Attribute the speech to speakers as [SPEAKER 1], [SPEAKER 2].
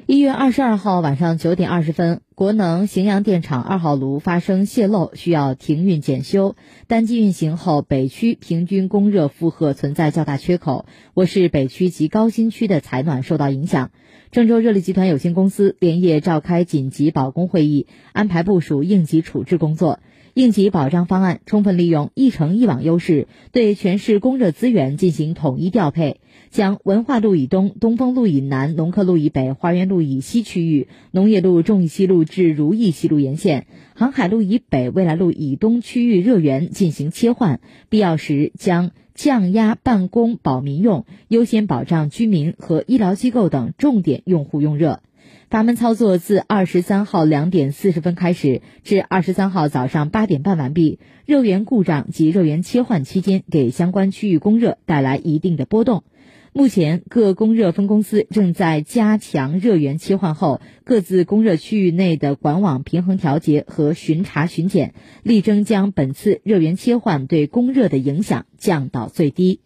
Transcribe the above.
[SPEAKER 1] 1月22号晚上9点20分，国能荥阳电厂2号炉发生泄漏，需要停运检修。单机运行后，北区平均供热负荷存在较大缺口，我市北区及高新区的采暖受到影响。郑州热力集团有限公司连夜召开紧急保供会议，安排部署应急处置工作。应急保障方案充分利用一城一网优势，对全市供热资源进行统一调配，将文化路以东、东风路以南、农客路以北、花园路以西区域、农业路众义西路至如意西路沿线、航海路以北、蔚来路以东区域热源进行切换，必要时将降压办公保民用，优先保障居民和医疗机构等重点用户用热。阀门操作自23号2点40分开始，至23号早上8点半完毕。热源故障及热源切换期间，给相关区域供热带来一定的波动。目前，各供热分公司正在加强热源切换后各自供热区域内的管网平衡调节和巡查巡检，力争将本次热源切换对供热的影响降到最低。